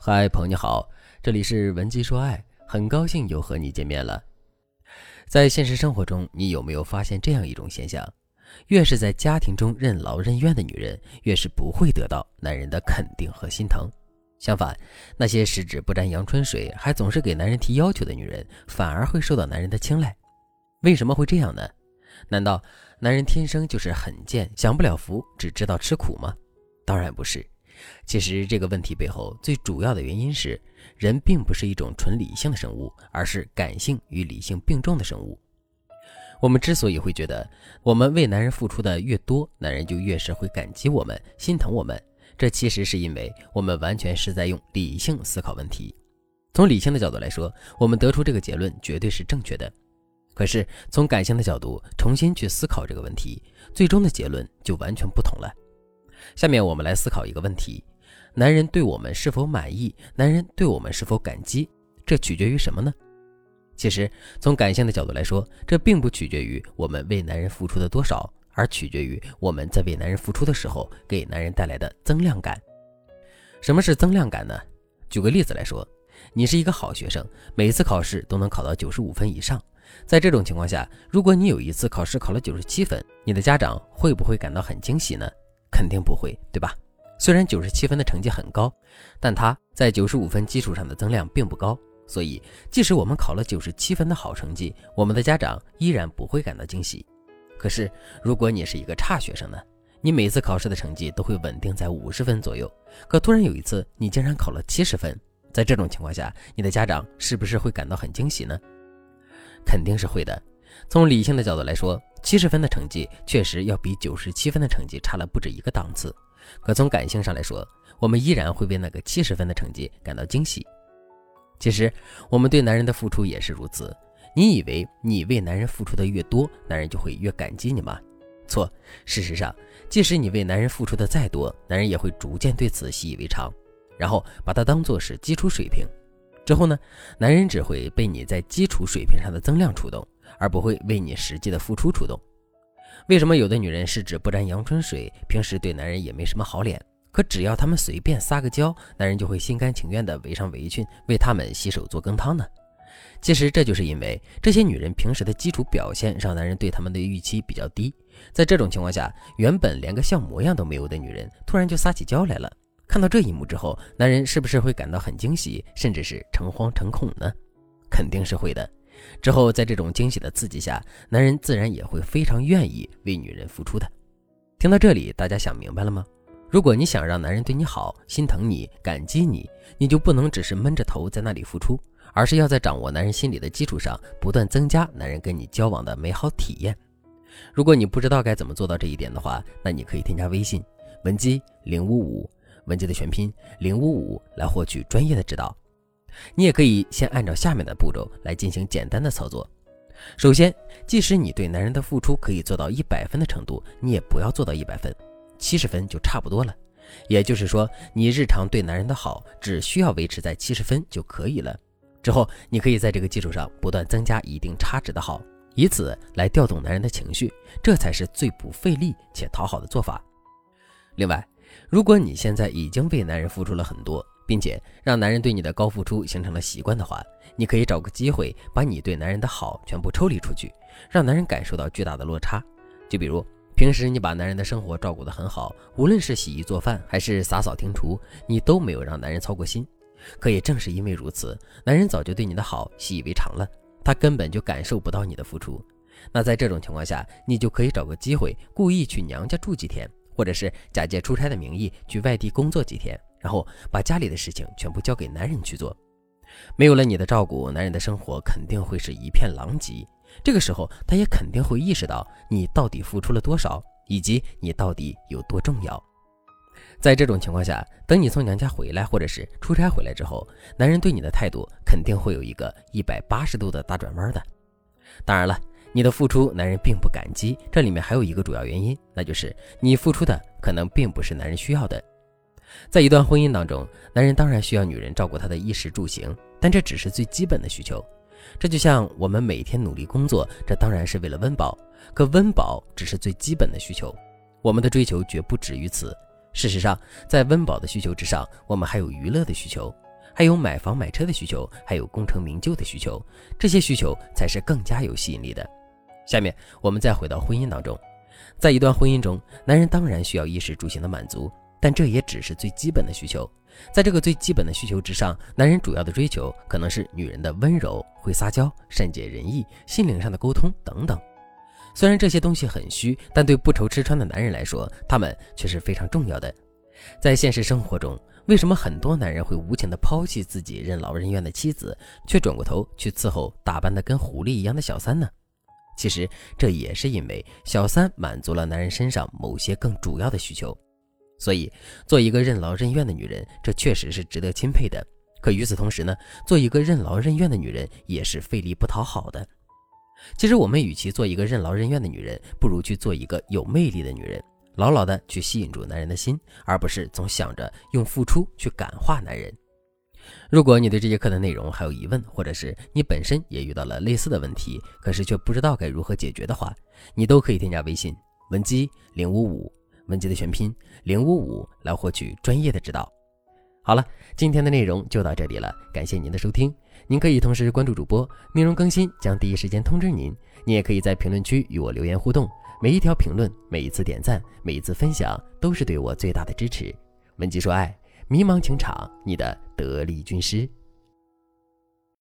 嗨，朋友你好，这里是文姬说爱，很高兴又和你见面了。在现实生活中，你有没有发现这样一种现象？越是在家庭中任劳任怨的女人，越是不会得到男人的肯定和心疼。相反，那些十指不沾阳春水，还总是给男人提要求的女人，反而会受到男人的青睐。为什么会这样呢？难道男人天生就是狠贱，享不了福，只知道吃苦吗？当然不是。其实这个问题背后最主要的原因是，人并不是一种纯理性的生物，而是感性与理性并重的生物。我们之所以会觉得我们为男人付出的越多，男人就越是会感激我们，心疼我们，这其实是因为我们完全是在用理性思考问题。从理性的角度来说，我们得出这个结论绝对是正确的。可是从感性的角度重新去思考这个问题，最终的结论就完全不同了。下面我们来思考一个问题：男人对我们是否满意？男人对我们是否感激？这取决于什么呢？其实从感性的角度来说，这并不取决于我们为男人付出的多少，而取决于我们在为男人付出的时候给男人带来的增量感。什么是增量感呢？举个例子来说，你是一个好学生，每次考试都能考到95分以上。在这种情况下，如果你有一次考试考了97分，你的家长会不会感到很惊喜呢？肯定不会，对吧？虽然97分的成绩很高，但它在95分基础上的增量并不高，所以即使我们考了97分的好成绩，我们的家长依然不会感到惊喜。可是如果你是一个差学生呢？你每次考试的成绩都会稳定在50分左右，可突然有一次你竟然考了70分，在这种情况下，你的家长是不是会感到很惊喜呢？肯定是会的。从理性的角度来说，70分的成绩确实要比97分的成绩差了不止一个档次，可从感性上来说，我们依然会为那个70分的成绩感到惊喜。其实我们对男人的付出也是如此，你以为你为男人付出的越多，男人就会越感激你吗？错，事实上，即使你为男人付出的再多，男人也会逐渐对此习以为常，然后把它当作是基础水平。之后呢，男人只会被你在基础水平上的增量触动，而不会为你实际的付出触动。为什么有的女人十指不沾阳春水，平时对男人也没什么好脸，可只要他们随便撒个娇，男人就会心甘情愿地围上围裙为他们洗手做羹汤呢？其实这就是因为这些女人平时的基础表现让男人对他们的预期比较低，在这种情况下，原本连个像模样都没有的女人突然就撒起娇来了。看到这一幕之后，男人是不是会感到很惊喜，甚至是诚惶诚恐呢？肯定是会的。之后在这种惊喜的刺激下，男人自然也会非常愿意为女人付出的。听到这里，大家想明白了吗？如果你想让男人对你好，心疼你，感激你，你就不能只是闷着头在那里付出，而是要在掌握男人心理的基础上，不断增加男人跟你交往的美好体验。如果你不知道该怎么做到这一点的话，那你可以添加微信文姬055，文姬的全拼055，来获取专业的指导。你也可以先按照下面的步骤来进行简单的操作。首先，即使你对男人的付出可以做到100分的程度，你也不要做到100分，70分就差不多了。也就是说，你日常对男人的好只需要维持在70分就可以了。之后你可以在这个基础上不断增加一定差值的好，以此来调动男人的情绪，这才是最不费力且讨好的做法。另外，如果你现在已经为男人付出了很多，并且让男人对你的高付出形成了习惯的话，你可以找个机会把你对男人的好全部抽离出去，让男人感受到巨大的落差。就比如平时你把男人的生活照顾得很好，无论是洗衣做饭还是洒扫庭除，你都没有让男人操过心。可也正是因为如此，男人早就对你的好习以为常了，他根本就感受不到你的付出。那在这种情况下，你就可以找个机会故意去娘家住几天，或者是假借出差的名义去外地工作几天，然后把家里的事情全部交给男人去做。没有了你的照顾，男人的生活肯定会是一片狼藉。这个时候他也肯定会意识到你到底付出了多少，以及你到底有多重要。在这种情况下，等你从娘家回来或者是出差回来之后，男人对你的态度肯定会有一个180度的大转弯的。当然了，你的付出男人并不感激，这里面还有一个主要原因，那就是你付出的可能并不是男人需要的。在一段婚姻当中，男人当然需要女人照顾他的衣食住行，但这只是最基本的需求。这就像我们每天努力工作，这当然是为了温饱，可温饱只是最基本的需求，我们的追求绝不止于此。事实上，在温饱的需求之上，我们还有娱乐的需求。 还有买房买车的需求，还有功成名就的需求，这些需求才是更加有吸引力的。下面我们再回到婚姻当中，在一段婚姻中，男人当然需要衣食住行的满足，但这也只是最基本的需求。在这个最基本的需求之上，男人主要的追求可能是女人的温柔、会撒娇、善解人意、心灵上的沟通等等。虽然这些东西很虚，但对不愁吃穿的男人来说，他们却是非常重要的。在现实生活中，为什么很多男人会无情地抛弃自己任劳任怨的妻子，却转过头去伺候打扮得跟狐狸一样的小三呢？其实这也是因为小三满足了男人身上某些更主要的需求。所以做一个任劳任怨的女人，这确实是值得钦佩的。可与此同时呢，做一个任劳任怨的女人也是费力不讨好的。其实我们与其做一个任劳任怨的女人，不如去做一个有魅力的女人，牢牢的去吸引住男人的心，而不是总想着用付出去感化男人。如果你对这节课的内容还有疑问，或者是你本身也遇到了类似的问题，可是却不知道该如何解决的话，你都可以添加微信文姬055，文姬的全拼055，来获取专业的指导。好了，今天的内容就到这里了，感谢您的收听。您可以同时关注主播，内容更新将第一时间通知您。你也可以在评论区与我留言互动，每一条评论，每一次点赞，每一次分享，都是对我最大的支持。文姬说爱，迷茫情场，你的得力军师。